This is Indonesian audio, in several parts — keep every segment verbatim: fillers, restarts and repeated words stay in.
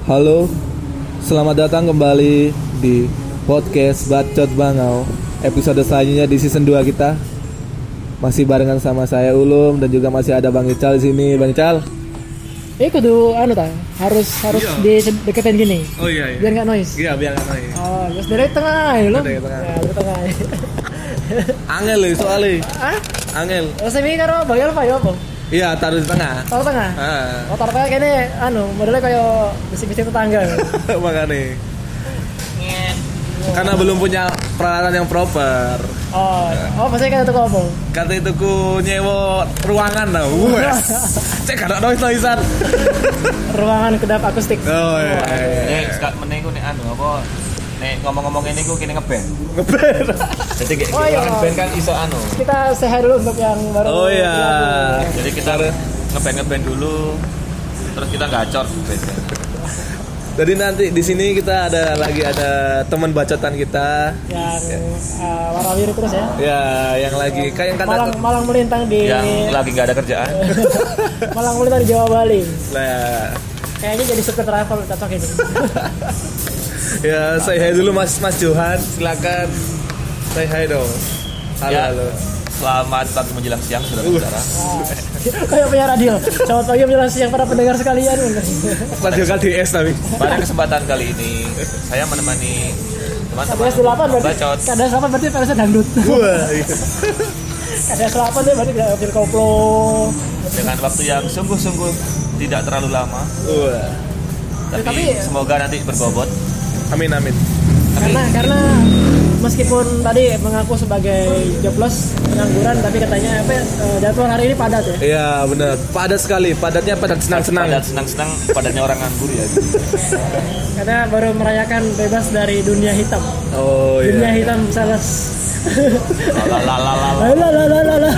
Halo, selamat datang kembali di podcast Bacot Bangau. Episode selanjutnya di season dua kita. Masih barengan sama saya Ulum dan juga masih ada Bang Ical di sini. Bang Ical. Eh kudu anu ta, harus harus Iya. di deketin gini. Oh iya iya. Biar enggak noise. Iya, biar enggak noise. Oh, terus dari tengah ya lo. Dari tengah. Ya, dari tengah. Angel lho soalnya. Ah? Angel. Terus ini karo bayar apa ya apa? Iya, taruh di tengah. Taruh tengah. Ah. Oh, taruh tengah kene anu, modelnya kayak bisi-bisi tetangga. Makanya. Karena belum punya peralatan yang proper. Oh, oh pasti kan itu apa? Kata itu ku nyewa ruangan tau. Wes. Cek ada noise noisean. Ruangan kedap akustik. Oh iya. Nek sak meneh ku nek anu apa? Nek ngomong-ngomong ini ku kene ngeband. Ngeband. Jadi kayak Oh, iya. ngeband kan iso anu. Kita sehat dulu untuk yang baru. Oh iya. Jadi kita ngeband-ngeband dulu. Terus kita gacor bandnya. Jadi nanti di sini kita ada lagi ada teman bacotan kita Yang uh, warawiri terus ya. ya yang lagi kayak yang Malang kata Malang melintang di Yang lagi enggak ada kerjaan. Malang melintang di Jawa Bali. nah, Kayaknya jadi supir travel cocok ini. ya say hi dulu Mas Mas Johan, silakan say hi dong. Halo Ya. halo. Selamat pagi menjelang siang sudah bicara. Ah, kayak punya radio. Selamat pagi menjelang siang para pendengar sekalian. Radio K D S tapi. Pada kesempatan kali ini saya menemani teman-teman K D S delapan berarti. bacot K D S delapan berarti versi dangdut. Wah. Iya. K D S delapan dia berarti gak film koplo. dengan waktu yang sungguh-sungguh tidak terlalu lama. Wah. Tapi, Tapi- semoga nanti berbobot. Amin amin. Karena karena meskipun tadi mengaku sebagai jobless pengangguran tapi katanya apa eh, jadwal hari ini padat ya. Iya benar. Padat sekali. Padatnya padat senang-senang. Padat senang-senang padatnya orang nganggur ya. Karena baru merayakan bebas dari dunia hitam. Oh Dunia iya. hitam sales. Lalalala. Lalalala.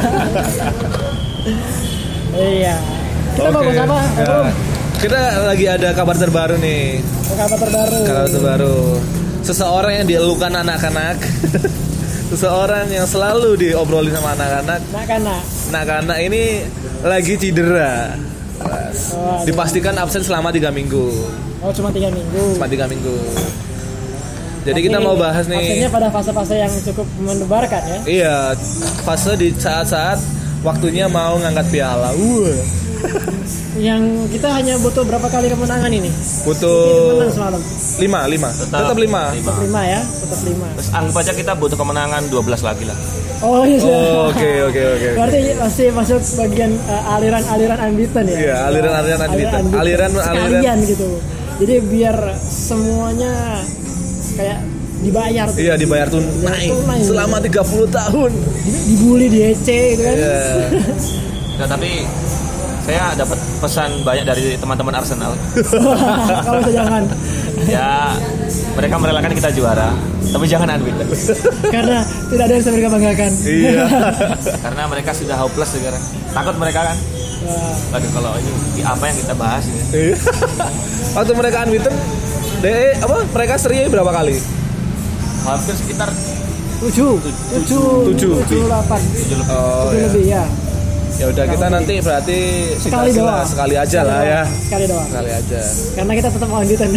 Iya. Kita Oke. bagus apa? Ya. Belum. Kita lagi ada kabar terbaru nih. Kabar terbaru. Kabar terbaru. Seseorang yang dielukan anak-anak. Seseorang yang selalu diobrolin sama anak-anak. Nah karena Anak-anak ini lagi cedera. oh, Dipastikan absen selama tiga minggu. oh cuma tiga minggu. Selama tiga minggu. Jadi Tapi kita mau bahas nih. absennya pada fase-fase yang cukup mendebarkan ya. Iya, fase di saat-saat waktunya mau ngangkat piala. Uh. Yang kita hanya butuh berapa kali kemenangan ini? Butuh Menang semalam. lima, lima. Tetap, lima. Tetap lima ya, tetap lima. Terus anggap aja kita butuh kemenangan dua belas lagi lah. Oh iya. Oh, oke oke oke. Berarti masih masuk bagian uh, aliran-aliran unbeaten ya. Iya, aliran-aliran unbeaten. Aliran-aliran sekalian gitu. Jadi biar semuanya kayak dibayar tuh. Iya, dibayar tunai tunai. selama tiga puluh tahun. Di- Dibully di E C gitu kan. Iya. Nah, tapi saya dapat pesan banyak dari teman-teman Arsenal. Kalau itu jangan. Ya, mereka merelakan kita juara, tapi jangan unbeaten. Karena tidak ada yang bisa mereka banggakan. Iya. Karena mereka sudah hopeless sekarang. Takut mereka kan. Wah. Waduh, kalau ini apa yang kita bahas ini. Iya. Waktu mereka unbeaten, de apa? Mereka seri berapa kali? Hampir sekitar Tujuh, tujuh, Tujuh. tujuh, delapan, Oh, tujuh iya. lebih ya. Ya udah kita nanti berarti Sekali kita doang. sekali aja lah ya. Sekali doang. Sekali aja. Karena kita tetap lanjutan.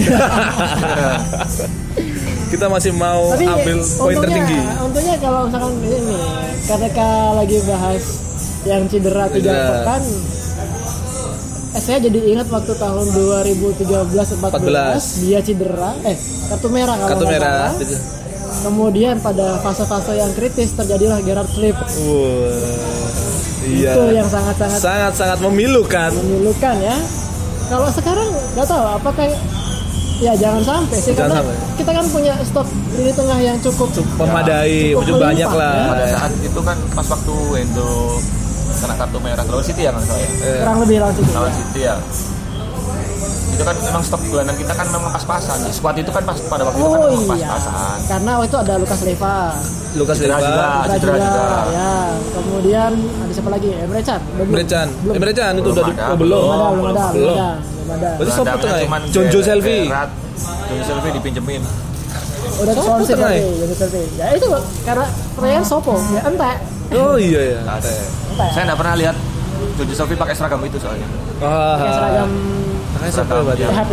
Kita masih mau Tapi ambil poin untungnya- tertinggi. Untungnya kalau misalkan ini ketika lagi bahas yang cedera tiga Cedera. pekan, eh, saya jadi ingat waktu tahun dua ribu tiga belas empat belas dia cedera, eh kartu merah kalau Kartu nggak merah. salah. Kemudian pada fase-fase yang kritis terjadilah Gerard Slip. Wah. Iya. Itu yang sangat-sangat Sangat-sangat memilukan. memilukan ya. Kalau sekarang nggak tahu apakah ya jangan sampai sih Jangan karena sampai. kita kan punya stok lini tengah yang cukup Memadai, cukup cukup banyak melimpah, lah. ya. pada saat itu kan pas waktu Wendo kena kartu merah lawan City ya nggak salah ya. kurang lebih langsung itu. Lawan City ya. Itu kan memang stok gelandang kita kan memang pas-pasan. Squad itu kan pas pada waktu itu kan Oh memang iya, pas-pasan. karena waktu itu ada Lukas Leiva, Lukas Cedera Leiva, juga. Cedera cedera juga, juga. ya. Kemudian ada siapa lagi? Emre Can. Belum. Emre Can. Belum. Emre Can itu Belum udah di- ada, oh, belum. Belum ada, belum ada, belum Belum. ada, belum ada. Berarti sopo Gelandangnya tengah ya? cuman John Joe Ger- Selfie. Gerrard, John Joe Selfie dipinjemin. Udah ke Sopo Swansea tengah ya? berarti, jadi Selfie. Ya itu karena pertanyaan Sopo, ya entek. Oh iya ya. Nggak ada. Entek. Saya nggak pernah lihat John Joe Selfie pakai seragam itu soalnya. Ah. Pakai seragam Makanya siapa ya berarti? P H P.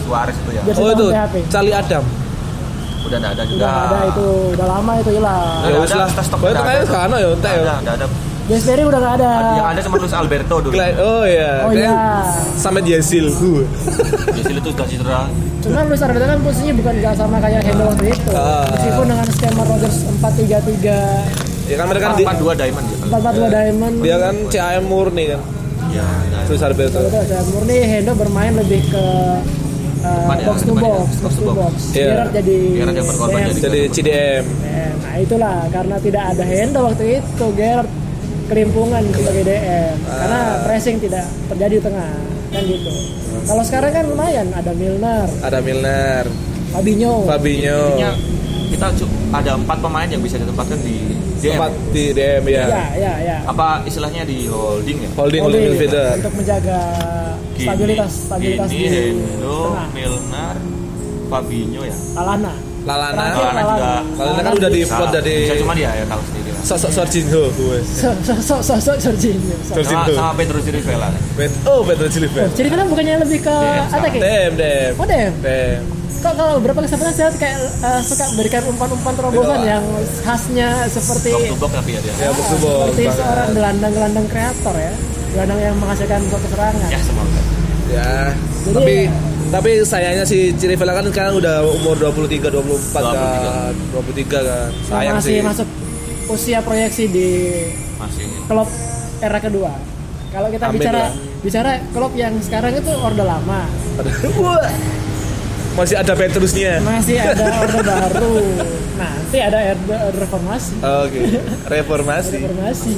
Suarez itu ya. Jersey Oh itu tahun P H P. Charlie Adam. Udah enggak ada juga. Udah nggak ada itu, udah lama itu hilang. Nggak Ya ada, wis lah. kita stok Pokoknya nggak kayaknya ada. sekarang ya entek ya. Ada, enggak ada. Gasperi udah nggak ada. Yang ada cuma Luis Alberto dulu. Gila- Oh iya. Oh Kayak iya. Sampai Yesil. Uh. Yesil itu sudah cedera. Cuman Luis Alberto kan posisinya bukan nggak sama kayak Hendo waktu itu. Ah. Meskipun dengan skema Rodgers empat tiga tiga, Ya kan mereka kan di, empat dua diamond gitu. empat empat dua diamond. dia kan C A M murni kan. Ya, nah. Terus Alberto. Betul, dan murni Hendo bermain lebih ke uh, Depan ya, box to depan ya, box, box to box. Iya. Gerrard jadi Gerrard yang berkorban D M. jadi- Jadi C D M. Eh, Nah itulah karena tidak ada Hendo waktu itu, Gerrard kelimpungan sebagai D M karena pressing tidak terjadi di tengah kan gitu. Kalau sekarang kan lumayan ada Milner, Ada Milner, Fabinho, Fabinho, Intinya kita cu- ada empat pemain yang bisa ditempatkan di D M. tempat di D M ya. ya ya ya. Apa istilahnya di holding ya? Holding Holding, holding midfielder. untuk menjaga Gini, stabilitas stabilitas Gini, di Hendo, tengah. Milner, Fabinho ya. Lalana. Lalana. Terakhir Lalana juga. Lalana kan udah di Bisa, plot dari bisa cuma dia ya tahu sendiri lah. sosok Jorginho gue. So so so so so Jorginho. So. Terus- Sama, Jorginho. sama Pedro Chirivella. Bet- Oh, Pedro Silva. Jadi kan bukannya lebih ke D M attack ya? D M, D M. Oh D M. D M. Kok kalau beberapa kesempatan saya kayak uh, suka berikan umpan-umpan terobosan Iya. yang khasnya seperti Box to box tapi ya dia. Ya, box to box seperti banget. seorang gelandang-gelandang kreator ya, gelandang yang menghasilkan gol serangan. Ya semoga. Ya. Jadi- tapi tapi sayangnya si Chirivella kan sekarang udah umur dua puluh tiga dua puluh empat dua puluh tiga. kan. dua puluh tiga kan. Sayang masih sih. masuk usia proyeksi di Masih. klub era kedua. Kalau kita Amin bicara lah. bicara klub yang sekarang itu orde lama, Wah. Masih ada Petrusnya. masih ada orde baru. Nanti ada orde, orde reformasi. Oke. Reformasi. Reformasi.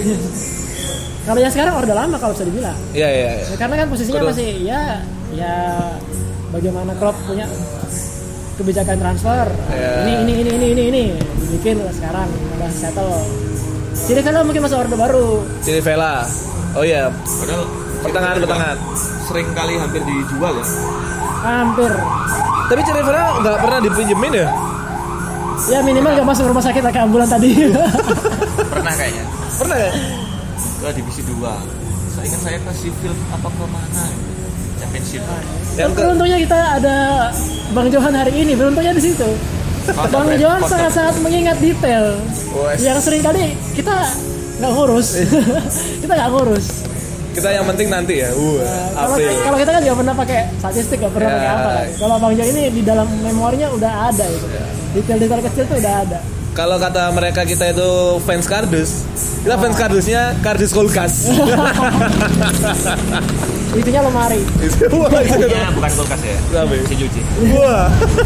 Kalau yang sekarang orde lama kalau bisa dibilang. Iya, iya, iya. Ya, karena kan posisinya Kudu. masih ya ya bagaimana klub punya kebijakan transfer. Ya. Ini ini ini ini ini ini dibikin sekarang udah settle. Jadi kan mungkin masuk orde baru. Chirivella. Oh iya, Padahal Pertengahan, pertengahan. sering kali hampir dijual ya. Hampir. tapi Chirivella nggak pernah dipinjemin ya? Ya minimal nggak masuk rumah sakit kayak ambulan tadi. Pernah kayaknya. Pernah ya? Ke divisi dua. Saya ingat saya ke Sheffield apa ke mana? Championship. Yang Dan ke- beruntungnya kita ada Bang Johan hari ini, beruntungnya di situ. Kontak, Bang Red. Johan Kontak. sangat-sangat mengingat detail. Wes. Yang sering kali kita nggak ngurus, kita nggak ngurus. Kita yang penting nanti ya. Uh, Nah, Kalau April. kalau kita kan nggak pernah pakai statistik, nggak pernah Ya. pakai apa. kan. Kalau Bang Jo ini di dalam memorinya udah ada itu. Detail-detail kecil tuh udah ada. Kalau kata mereka kita itu fans kardus, kita fans kardusnya kardus kulkas. Itunya lemari. Wah, itu Ya, bukan kulkas ya. Kenapa ya? Mesin cuci. Wah.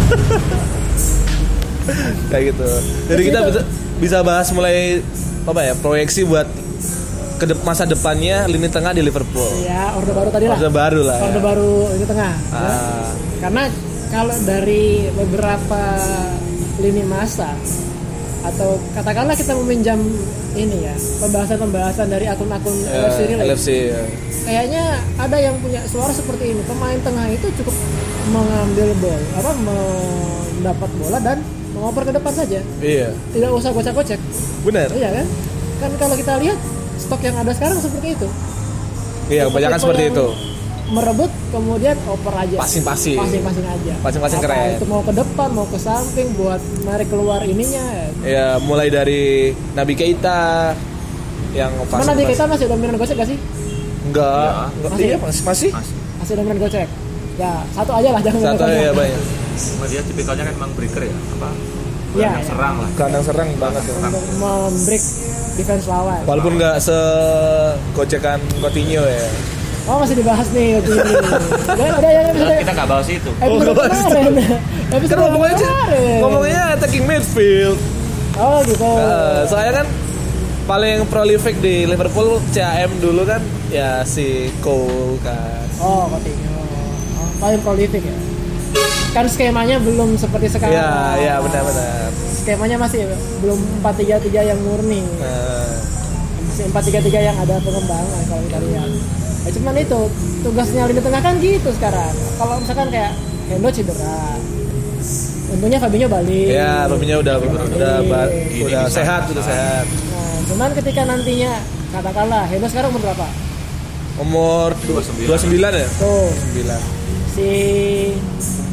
Kayak gitu. Jadi kita bisa bisa bahas mulai apa ya proyeksi buat ke dep- masa depannya lini tengah di Liverpool. Ya, orde baru tadi lah. Orde baru lah. Orde Ya. baru ini tengah. ya. Ah, Karena kalau dari beberapa lini masa atau katakanlah kita meminjam ini ya pembahasan-pembahasan dari akun-akun L F C ya, Relay, L F C. Ya. kayaknya ada yang punya suara seperti ini, pemain tengah itu cukup mengambil bola apa mendapat bola dan mengoper ke depan saja, Iya, tidak usah gocek-gocek. benar. Iya kan? Kan kalau kita lihat stok yang ada sekarang seperti itu. Iya, kebanyakan Tipe seperti yang itu. Merebut kemudian oper aja. Passing-passing. Passing-passing aja. Passing-passing Apa keren. Itu mau ke depan, mau ke samping buat narik keluar ininya. Ya, mulai dari Nabi Keita yang Mana di kita masih dominan gocek gak sih? enggak, enggak. Masih? Iya, masih masih. Mas, Masih dominan gocek. Ya, satu aja lah jangan Satu banyak. ya banyak. cuma dia tipikalnya kan emang breaker ya, apa? Iya, Yang iya. serang lah. Kandang serang banget ya. Untuk membreak defense lawan. Walaupun nggak se gocekan Coutinho ya. Oh, masih dibahas nih ini. Udah, udah ya episode. Kita nggak bahas itu. Oh, Episode nggak bahas kemarin. Kan Episode ngomongnya aja, kemarin. ngomongnya attacking midfield. Oh, gitu. Eh, soalnya kan paling prolific di Liverpool C A M dulu kan ya si Cole kan. Oh, Coutinho. Oh, paling prolific ya. Kan skemanya belum seperti sekarang. Iya, iya benar-benar. Skemanya masih belum empat tiga tiga yang murni. Nah, Masih empat tiga tiga yang ada pengembangan kalau kita lihat. Ya cuman itu tugasnya lini tengah kan gitu sekarang. Kalau misalkan kayak Hendo cedera. Untungnya Fabinho balik. ya Fabinho udah udah ba- Gini udah bisa. sehat, udah sehat. Nah, cuman ketika nantinya katakanlah Hendo sekarang umur berapa? Umur dua puluh sembilan. dua puluh sembilan ya? Tuh, sembilan. si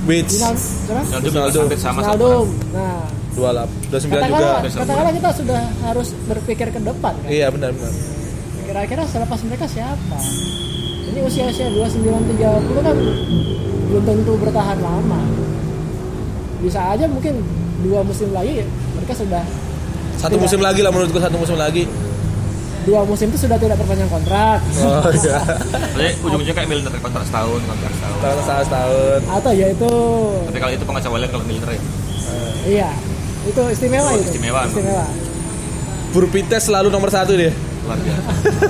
Wits. Wijnaldum, siapa? Ronaldo juga Ronaldo. hampir sama Wijnaldum. Nah, dua puluh delapan, dua puluh sembilan juga. katakanlah, katakanlah kita sudah harus berpikir ke depan kan? Iya benar-benar. Kira-kira selepas mereka siapa? Ini usia-usia dua puluh sembilan tiga puluh kan belum tentu bertahan lama. Bisa aja mungkin dua musim lagi mereka sudah Satu tidak- musim lagi lah menurutku, satu musim lagi. dua musim itu sudah tidak perpanjang kontrak. Oh iya. Jadi ujung-ujungnya kayak Milner kontrak setahun, kontrak setahun. Tahun setahun setahun. Atau ya itu Tapi kalau itu pengacauan kalau Milner ya. iya, itu istimewa Oh, itu. istimewa, emang. Istimewa. Burpites selalu nomor satu dia. Luar biasa.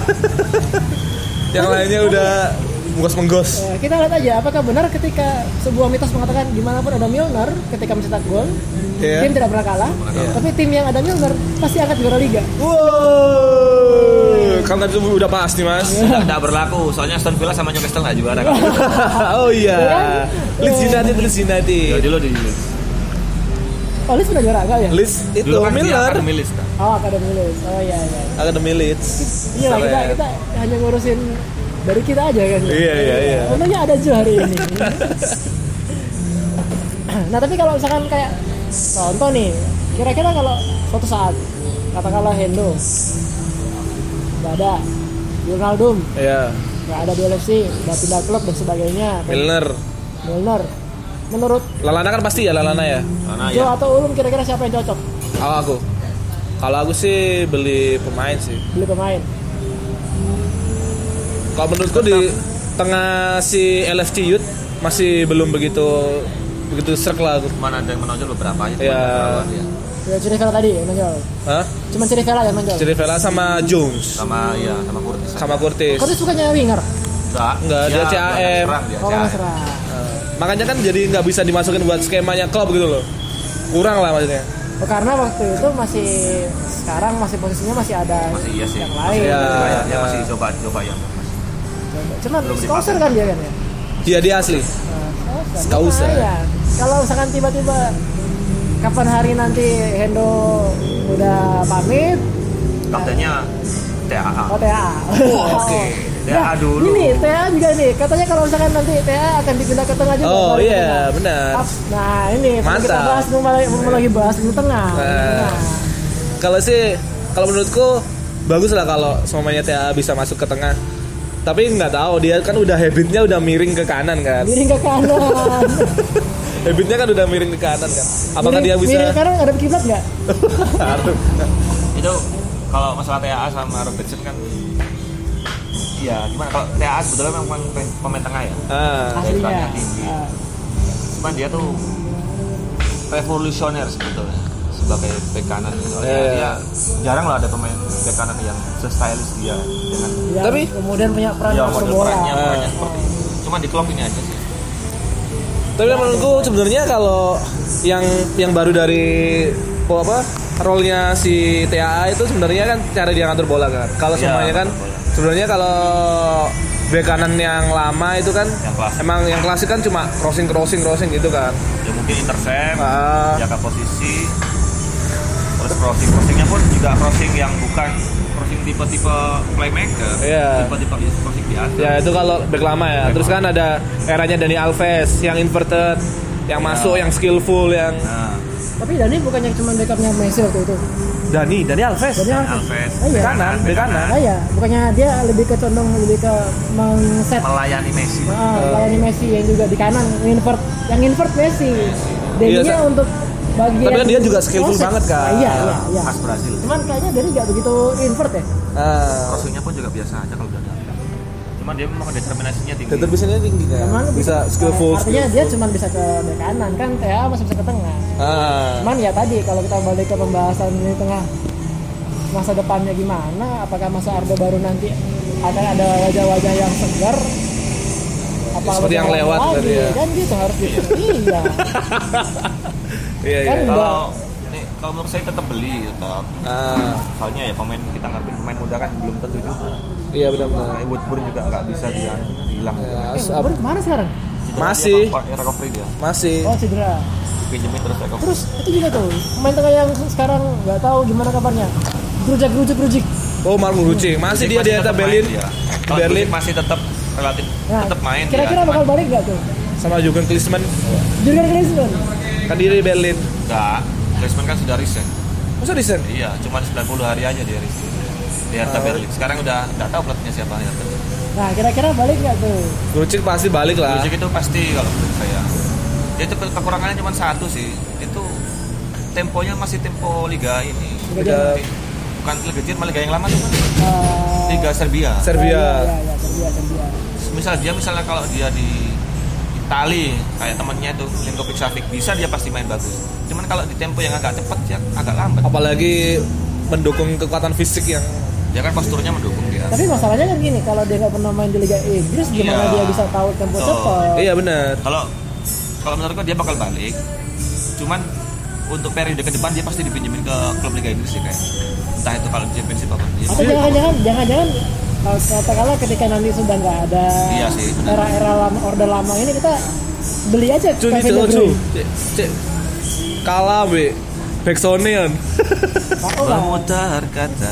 Yang lainnya udah menggos-menggos. Eh, kita lihat aja apakah benar ketika sebuah mitos mengatakan dimanapun ada Milner ketika mencetak gol, Iya. tim tidak pernah kalah. Iya. Tapi tim yang ada Milner pasti angkat juara liga. Wow. Karena itu udah pasti mas. Tidak, tidak berlaku. Soalnya Aston Villa sama Newcastle nggak juara kan. Oh iya. Iya kan? Leeds United, Leeds United. Jadi lo di Oh, Leeds sudah juara enggak ya? Leeds itu dulu kan dia Milner. akan milis kan. Oh, akademi Leeds. Oh iya iya. Akademi Leeds. Inilah kita Keren. kita hanya ngurusin dari kita aja kan. Iya, iya, iya. Untungnya ada Jo hari ini. Nah, tapi kalau misalkan kayak contoh nih, kira-kira kalau suatu saat katakanlah Hendo nggak ada, Wijnaldum Iya. nggak ada di L F C, udah pindah klub dan sebagainya. Milner. Milner. Menurut Lalana kan pasti ya Lalana ya. Karena Jo ya atau Ulum kira-kira siapa yang cocok Kalau aku. Kalau aku sih beli pemain sih. beli pemain? Kalau menurutku di tengah si L F C Youth masih belum begitu begitu serk lah aku. mana ada yang menonjol beberapa aja. Iya. Beberapa, ya. Ya Chirivella tadi yang menjual. Hah? Cuma Chirivella yang menjual. Chirivella sama Jones Sama ya sama Curtis. sama Curtis. Curtis bukannya winger? Enggak. Enggak, dia C A M. serang, dia Oh, C A M. serang. Nah, makanya kan jadi nggak bisa dimasukin buat skemanya klub gitu loh. Kurang lah maksudnya. Oh, karena waktu itu masih sekarang masih posisinya masih ada Masih iya sih. yang Masih lain. Iya. ya, dia masih coba coba ya. Cuman belum Scouser dipakai. kan dia kan ya. Dia dia asli. Nah, Scouser. lumayan. Kalau misalkan tiba-tiba kapan hari nanti Hendo udah pamit, Kaptennya T A A. oh T A A. Oke. T A A Nah, dulu. Ini T A A juga nih. Katanya kalau misalkan nanti T A A akan dipindah ke tengah juga. Oh balik ke iya tengah. benar. Nah ini perlu kita Mantap. bahas mulai mau lagi bahas di tengah. Nah. Nah, Kalau sih kalau menurutku bagus lah kalau semuanya T A A bisa masuk ke tengah. Tapi nggak tahu dia kan udah habitnya udah miring ke kanan kan. miring ke kanan. Habitnya kan udah miring ke kanan kan. Apakah miring, dia bisa? miring ke kanan ada kiblat nggak? Aduh. Itu kalau masalah T A A sama Robertson kan iya gimana kalau T A A sebetulnya memang pemain tengah ya. Ah. Aslinya. Daya tinggi. Ah. Cuman dia tuh revolusioner sebetulnya sebagai bek kanan gitu. Iya, iya. Dia jarang lah ada pemain bek kanan yang se-stylish dia dengan Yang Tapi- kemudian punya peran ya masuk model bola. perannya, perannya Ah. seperti itu. Cuman di klub ini aja sih. Tapi menurutku sebenarnya kalau yang yang baru dari oh, apa role-nya si T A A itu sebenarnya kan cara dia ngatur bola kan. Kalau Iya, semuanya kan ngatur bola. sebenarnya kalau bek kanan yang lama itu kan Yang klasik. emang yang klasik kan cuma crossing crossing crossing gitu kan. Ya mungkin intercept, Ah. jaga posisi. Terus crossing crossingnya pun juga crossing yang bukan crossing tipe-tipe playmaker, Iya. tipe-tipe crossing biasa. Ya itu kalau bek lama ya. Terus kan ada eranya Dani Alves yang inverted, yang Ya. masuk, yang skillful, yang Nah, Tapi Dani bukannya cuma backupnya Messi waktu itu. Dani, Dani Alves. Dani Alves. Alves Oh, iya. bek Kanan, bek kanan. Ah ya, bukannya dia lebih ke condong lebih ke mengset melayani Messi. ah, layani Messi yang juga di kanan invert yang invert Messi. Daninya Iya, Sa- untuk bagian Tapi kan dia juga skillful proses. banget, kan? Ah, iya, iya, iya. Khas Brazil. Cuman kayaknya Dani nggak begitu invert ya. Ah. Crossingnya pun juga biasa aja kalau udah ada. Cuman dia memang determinasinya tinggi. Determinasinya tinggi kan. Cuman Bisa skillful. Artinya dia skillful. cuma bisa ke bek kanan kan, T A A masih bisa ke tengah. Ah. Cuman ya tadi kalau kita balik ke pembahasan ini tengah masa depannya gimana, apakah masa Orde Baru nanti akan ada wajah-wajah yang segar apa Seperti yang wajah lewat lagi? tadi ya. Kan gitu harus gitu. Iya. Iya iya. Kan Kalau ini kalau menurut saya tetap beli tetap. Ah. Soalnya ya pemain kita ngarepin pemain muda kan belum tentu juga. Iya benar-benar. Kayak Woodburn juga nggak bisa dia hilang. Ya, Eh, as- Woodburn kemana sekarang? Cedera Masih. dia, apa, recovery dia. masih. Oh cedera. Pinjemin terus recovery. Terus itu juga tuh pemain tengah yang sekarang nggak tahu gimana kabarnya. Gerujak gerujak gerujik. Oh, Mark Rucing. Masih dia di tetap atas main Berlin. dia. Di Kalau Berlin. Gusik masih tetap relatif Nah, tetap main kira-kira dia. bakal Cuman balik nggak tuh? sama Jurgen Klinsmann. Jurgen Klinsmann. Kan dia di Berlin. Enggak, Klinsmann kan sudah resign. Masa resign? Iya, cuma sembilan puluh hari aja dia resign di Hertha Oh. Berlin. Sekarang udah nggak tahu pelatihnya siapa Hertha. Nah, kira-kira balik nggak tuh? Lucic pasti balik lah. Lucic itu pasti kalau menurut saya. Dia itu ke- kekurangannya cuma satu sih. Itu temponya masih tempo liga ini. Liga- Bukan liga Jerman, malah liga yang lama tuh kan. Uh, Liga Serbia. Serbia. Ya, ya, ya, Serbia, Serbia. Misal dia misalnya kalau dia di Itali kayak temennya tuh Milinkovic Savic bisa dia pasti main bagus. Cuman kalau di tempo yang agak cepat ya agak lambat. Apalagi mendukung kekuatan fisik yang Dia kan posturnya mendukung dia. Tapi masalahnya kan gini, kalau dia nggak pernah main di Liga Inggris, gimana Iya. dia bisa tahu tempo Betul. cepat? iya benar. Kalau kalau menurutku dia bakal balik. Cuman untuk periode ke depan dia pasti dipinjemin ke klub Liga Inggris sih kayak. Entah itu kalau Championship apa. Dia Atau jangan-jangan, jangan-jangan uh, katakanlah ketika nanti sudah nggak ada Iya sih, benar. era-era lama, orde lama ini kita beli aja Cun Kevin itu De cu. Bruyne. Cek cek kalah be. Backsonian. Mau lah. memutar kata.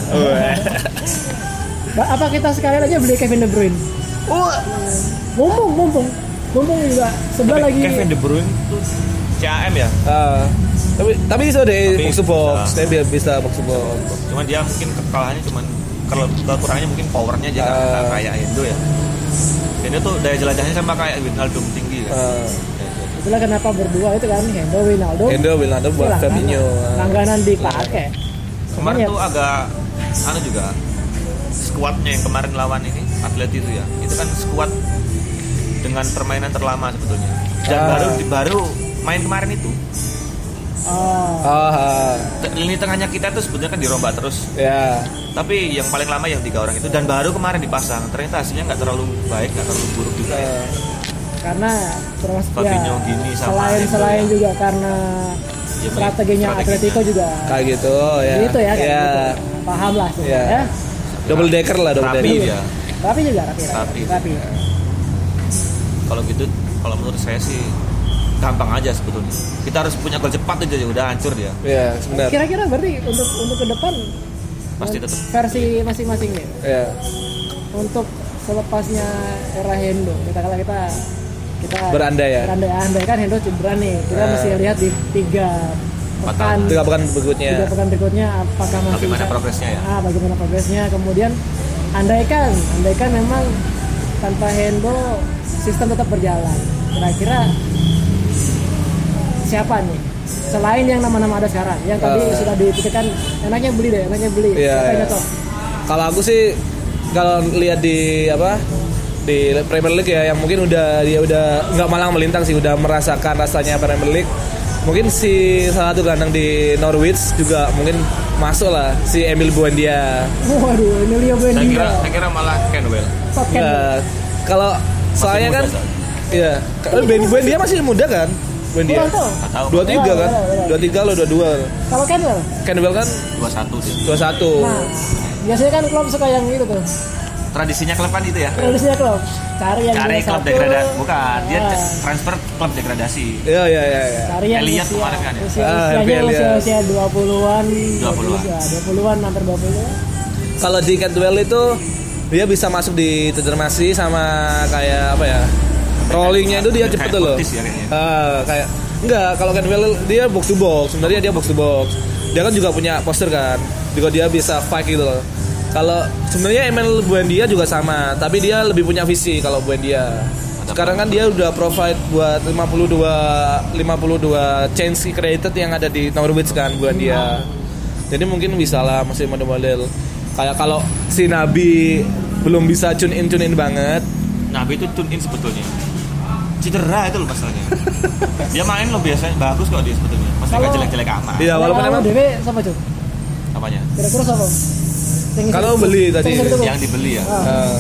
Ba- Apa kita sekalian aja beli Kevin De Bruyne? Oh, Mumpung, mumpung, mumpung juga sebelah lagi. Kevin De Bruyne tuh C A M ya. ah. Tapi tapi bisa deh Tapi box to box. bisa. Tapi bisa, bisa box to box. Cuman dia mungkin kekalahannya cuman kalau kekurangannya mungkin powernya aja kan Ah. kayak Hendo ya. Hendo tuh daya jelajahnya sama kayak Wijnaldum tinggi kan. Ah. Itulah kenapa berdua itu kan Hendo Wijnaldum. Hendo Wijnaldum buat Langganan. Fabinho. Langganan dipakai. Kemarin Cuman ya- tuh agak anu juga skuadnya yang kemarin lawan ini Atleti itu ya. Itu kan skuad dengan permainan terlama sebetulnya. Dan Ah. baru baru main kemarin itu. Oh. Ah, Te- Lini tengahnya kita tuh sebetulnya kan dirombak terus. ya. Tapi yang paling lama yang tiga orang itu dan baru kemarin dipasang. Ternyata hasilnya nggak terlalu baik, nggak terlalu buruk juga. ya. Eh, Karena terus ya, Fabinho gini sama selain Hendo selain ya. juga karena Ya, strateginya strateginya. Atletico juga kayak gitu ya. gitu ya kayak Ya. gitu. Paham lah sih Ya. ya. Double decker lah, double Rapi decker. dia. Rapi juga rapi rapi. Rapi. rapi. Kalau gitu, kalau menurut saya sih gampang aja sebetulnya. Kita harus punya gol cepat aja, ya udah hancur dia. Ya, benar. Kira-kira berarti untuk untuk ke depan Pasti tetap. versi masing-masing nih. Ya. Untuk selepasnya era Hendo, kita kalau kita kita Berandai ya? berandai-andai kan Hendo cedera nih. Kita Ah. mesti lihat di tiga Empat pekan tahun. Tiga pekan berikutnya. tiga pekan berikutnya apakah masih Bagaimana bisa- progresnya ya? Ah, bagaimana progresnya. Kemudian andaikan andaikan memang tanpa Hendo sistem tetap berjalan. Kira-kira siapa nih? Selain yang nama-nama ada sekarang, yang tadi Ah. sudah dipikirkan enaknya beli deh, enaknya beli. Iya, Siapa yang iya. cocok? Kalau aku sih kalau lihat di apa di Premier League ya yang mungkin udah dia udah nggak malang melintang sih udah merasakan rasanya Premier League. Mungkin si salah satu gelandang di Norwich juga mungkin masuk lah si Emil Buendia. Waduh, ini Leo Saya kira, Buendia. saya kira malah Kenwell. Top kan? Nah, kalau soalnya muda, kan soalnya. iya, kalau Ben Buendia masih muda kan? Buendia. Kurang tuh. Nggak tahu. dua tiga kan? Betul, betul. dua tiga lo dua dua. Kalau Kenwell? Kenwell kan dua satu sih. dua satu. Nah, biasanya kan klub suka yang itu tuh. Tradisinya klub kan itu ya. Tradisinya klub. Cari yang Cari dua klub satu. degradasi. Bukan, dia Ah. transfer klub degradasi. Iya iya iya iya. Cari yang Elliot usia, kemarin kan ya? usia, Ah, usianya Elliot. usia usia dua puluhan, dua puluhan. dua puluhan hampir dua puluh. Kalau di Cantwell itu dia bisa masuk di Cedermasi sama kayak apa ya? Rollingnya itu dia Kayak cepet tuh loh. Curtis ya kayaknya. Ah, kayak enggak kalau Cantwell dia box to box. Sebenarnya dia box to box. Dia kan juga punya poster kan. Juga dia bisa fight gitu loh. Kalau sebenarnya Emil Buendia juga sama, tapi dia lebih punya visi kalau Buendia. Sekarang kan dia udah provide buat lima puluh dua lima puluh dua chance created yang ada di Norwich kan Buendia. Jadi mungkin bisa lah masih model-model. Kayak kalau si Nabi belum bisa tune in tune in banget. Nabi itu tune in sebetulnya. Cedera itu loh masalahnya. Dia main loh biasanya bagus kok dia sebetulnya. Masih nggak Kalau- jelek-jelek amat. Iya, walaupun Kalau emang D W siapa cuy? Apanya? Kira-kira siapa? Yang Kalau bisa- beli tadi, yang bisa ditunggu. Yang dibeli ya. Ah, eh,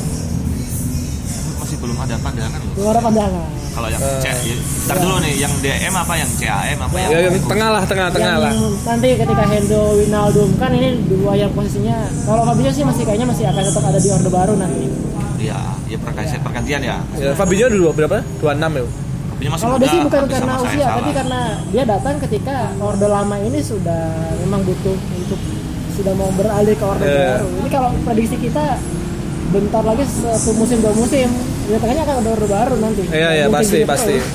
Masih belum ada pandangan loh. belum ada pandangan. Kalau yang Eh. C, ya, ntar dulu nih, yang D M apa, yang C A M apa, ya yang tengah lah, tengah-tengah Yang lah. nanti ketika Hendo Wijnaldum kan ini dua yang posisinya. Kalau Fabinho sih masih kayaknya masih akan tetap ada di orde baru nanti. Iya, ya pergantian, pergantian ya. Ya, Fabinho dulu berapa? dua puluh enam ya. Tapi masih Kalau muda, dia sih bukan tapi karena sama saya usia, salah. tapi karena dia datang ketika orde lama ini sudah memang butuh untuk sudah mau beralih ke orde Iya. baru. Ini kalau prediksi kita bentar lagi satu musim dua musim di tengahnya akan ada order baru nanti. Iya iya Mungkin pasti gitu pasti. terus.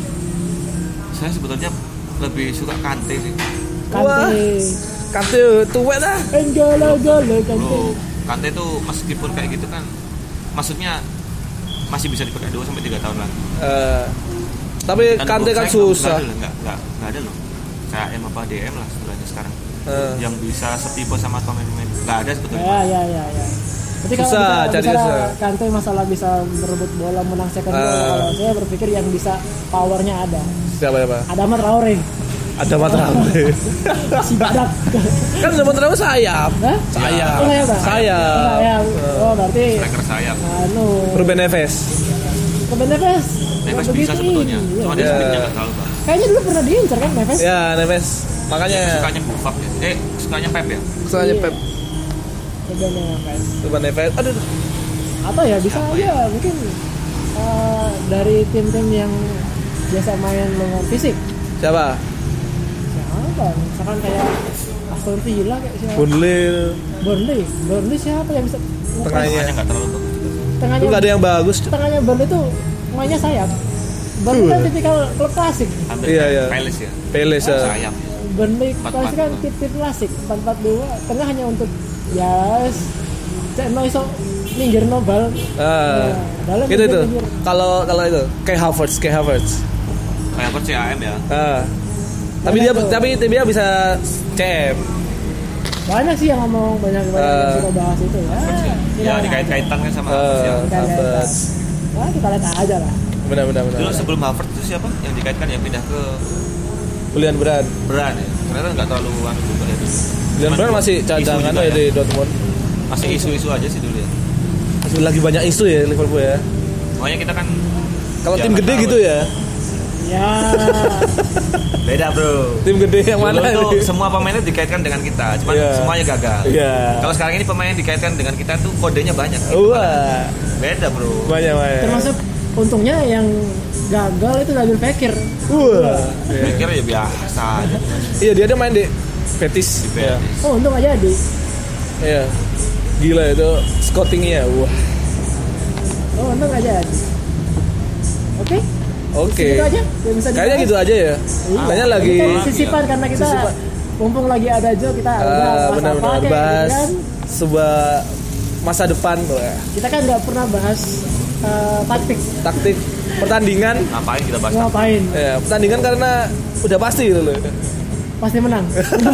Saya sebetulnya lebih suka Kante sih. Wah. Kante Kante tuwek dah. enggala gala Kante. Bro, Kante tuh meskipun kayak gitu kan, maksudnya masih bisa dipakai dua sampai tiga tahun lagi. Eh, tapi Dan Kante menurut kan saya susah. Nggak, nggak, nggak, nggak ada loh. K M apa D M lah sebenarnya sekarang. Eh. Yang bisa setipe sama pemain-pemain. Nggak ada sebetulnya. Ya ya ya ya. Tapi kalau Susah, bicara, cari bicara susah. Kante masalah bisa merebut bola menang second goal, Ah. kalau saya berpikir yang bisa powernya ada. Siapa siapa? Adama Traore. Ada Matraore. Si badak. Kan zaman Matraore sayap. Hah? Sayap. Oh, sayap, Pak? Sayap. Oh, sayap. Oh, berarti Striker sayap. anu Ruben Neves. Ruben Neves. Neves Nggak bisa begitu sebetulnya. ini, Cuma iya. dia Ya. speednya nggak terlalu bagus. Kayaknya dulu pernah diincar kan Neves? Ya Neves. Makanya Sukanya Buffon ya. Eh, sukanya Pep ya. soalnya Iya. Pep Ruben Neves. Ruben Neves. Aduh. Atau ya bisa Siapa aja mungkin eh, dari tim-tim yang biasa main dengan fisik. Siapa? Siapa? Misalkan kayak Aston Villa kayak siapa? Burnley. Burnley. Burnley siapa yang bisa Tengahnya. Tengahnya nggak terlalu bagus. Itu tengahnya gak ada yang bagus. tengahnya Burnley tuh mainnya sayap. Burnley kan tipikal klub klasik. Hampir Iya, kayak iya. Palace ya. Peles ya. Sayap. Burnley empat empat klasik kan dua. tip-tip klasik empat empat dua. Tengah hanya untuk ya cek no iso minggir no bal. Ah. Ya, dalam Gitu itu. minggir-minggir. Kalau kalau itu kayak Havertz, kayak Havertz. Kayak per C A M ya. Ah. Tapi Banyak dia tuh. tapi dia bisa C M. Banyak sih yang ngomong banyak banyak yang Ah. suka bahas itu ya. Ya, Kita ya lihat dikait-kaitan kan sama Ah. Havertz ya. aja. Havertz. Nah, kita lihat aja lah. Benar benar benar. Dulu sebelum Havertz itu siapa yang dikaitkan yang pindah ke Julian Brand. Brand ya. Ternyata nggak terlalu anu juga ya. Julian Cuman Brand masih isu cadangan juga ya di Dortmund. Masih isu-isu aja sih dulu ya. Masih lagi banyak isu ya Liverpool ya. Makanya kita kan Kalau tim jangan gede tahu gitu ya. Ya. beda bro. Tim gede yang Dulu mana tuh ini? semua pemainnya dikaitkan dengan kita, cuman Iya. semuanya gagal. Iya. Kalau sekarang ini pemain dikaitkan dengan kita tuh kodenya banyak. Wah, Beda bro. banyak banyak. Termasuk untungnya yang gagal itu Nabil Fekir. Wah. Pikir ya biasa aja. Iya dia ada main di Betis. Di Iya. Betis. Oh, untung aja di. Iya. Gila itu scoutingnya. Wah. Oh, untung aja di. Oke. Oke. Gitu aja. Yang bisa Kayaknya dibahas. gitu aja ya. Iya. Kayaknya lagi Ini kan sisipan karena kita Sisipan. mumpung lagi ada Jo kita udah ah, bahas benar-benar apa kayak bahas gitu kan. sebuah masa depan wah. Kita kan nggak pernah bahas eh, taktik Taktik pertandingan. Ngapain kita bahas? ngapain Ya, pertandingan karena udah pasti gitu loh. pasti menang.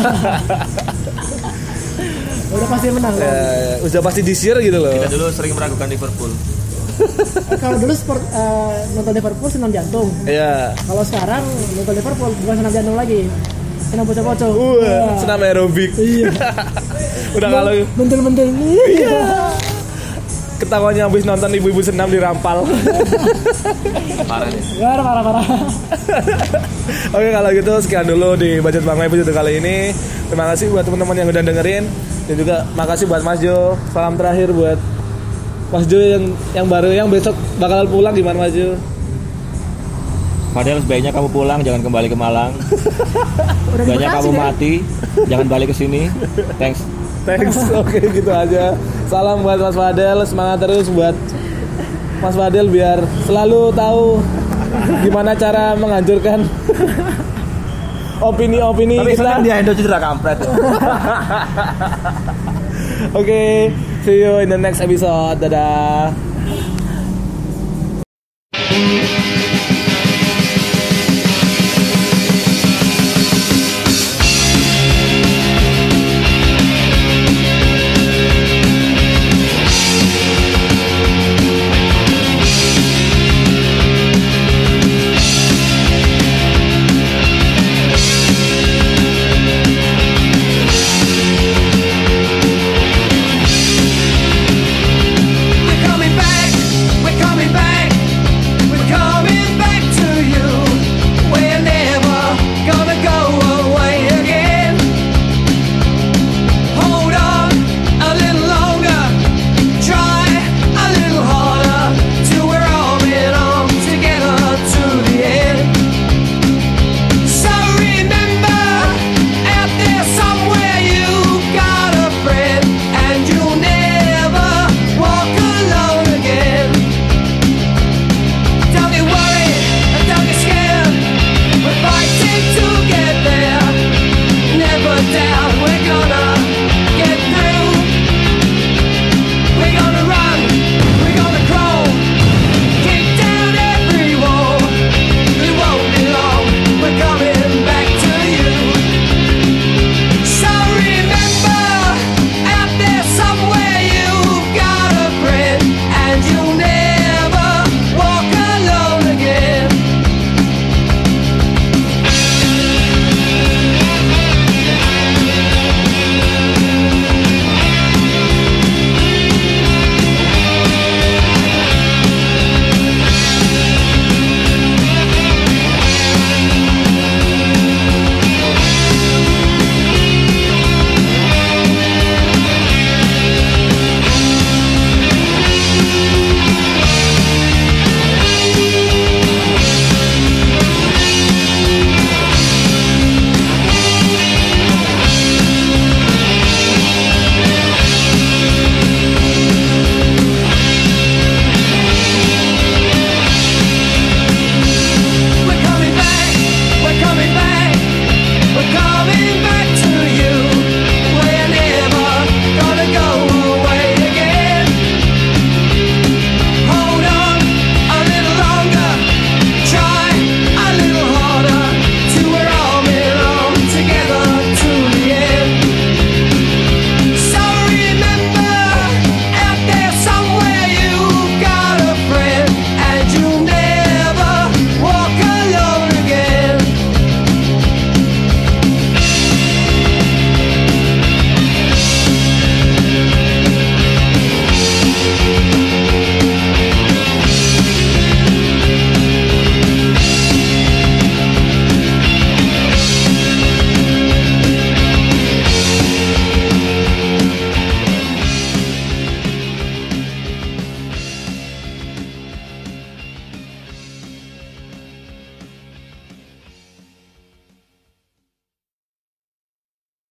Udah pasti menang kan? Ya, udah pasti di-share gitu loh. Kita dulu sering meragukan Liverpool. Kalau dulu sport eh, nonton Liverpool senam jantung. Iya. Kalau sekarang nonton Liverpool bukan senam jantung lagi, senam bocah-bocah. Wah, senam aerobik. Iya. Udah kalau Bentul-bentul. Iya. ketahuannya habis nonton ibu-ibu senam dirampal. Parah deh. Parah, parah, parah. Oke kalau gitu sekian dulu di Budget Bang episode kali ini. Terima kasih buat teman-teman yang udah dengerin dan juga makasih buat Mas Jo. Salam terakhir buat Mas Jo yang yang baru yang besok bakalan pulang gimana Mas Jo? Padahal sebaiknya kamu pulang, jangan kembali ke Malang. Udah di Banyak Bekasi, kamu kan? mati, jangan balik ke sini. Thanks. Thanks. Oke gitu aja. Salam buat Mas Fadel, semangat terus buat Mas Fadel biar selalu tahu gimana cara menghancurkan opini-opini Tapi kita. kan dia Indo cedera kampret. Oke, see you in the next episode. Dadah.